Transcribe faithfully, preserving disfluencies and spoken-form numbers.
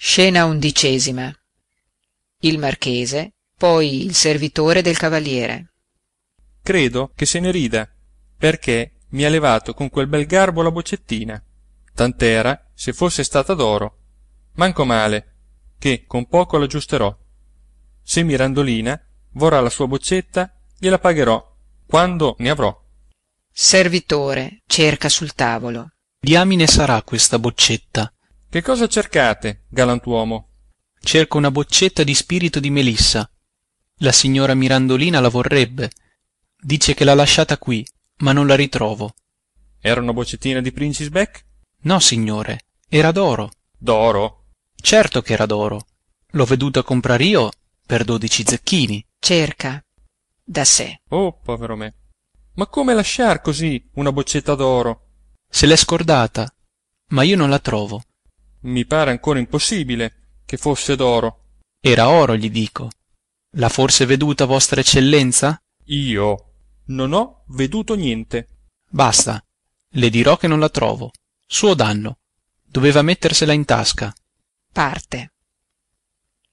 Scena undicesima. Il marchese, poi il servitore del cavaliere. Credo che se ne rida, perché mi ha levato con quel bel garbo la boccettina, tant'era se fosse stata d'oro. Manco male, che con poco l'aggiusterò. Se Mirandolina vorrà la sua boccetta, gliela pagherò quando ne avrò. Servitore cerca sul tavolo. Diamine sarà questa boccetta? Che cosa cercate, galantuomo? Cerco una boccetta di spirito di melissa. La signora Mirandolina la vorrebbe. Dice che l'ha lasciata qui, ma non la ritrovo. Era una boccettina di Princis Beck? No, signore, era d'oro. D'oro? Certo che era d'oro. L'ho veduta comprar io per dodici zecchini. Cerca da sé. Oh, povero me. Ma come lasciar così una boccetta d'oro? Se l'è scordata, ma io non la trovo. Mi pare ancora impossibile che fosse d'oro. Era oro, gli dico. L'ha forse veduta vostra eccellenza? Io non ho veduto niente. Basta, le dirò che non la trovo. Suo danno. Doveva mettersela in tasca. Parte.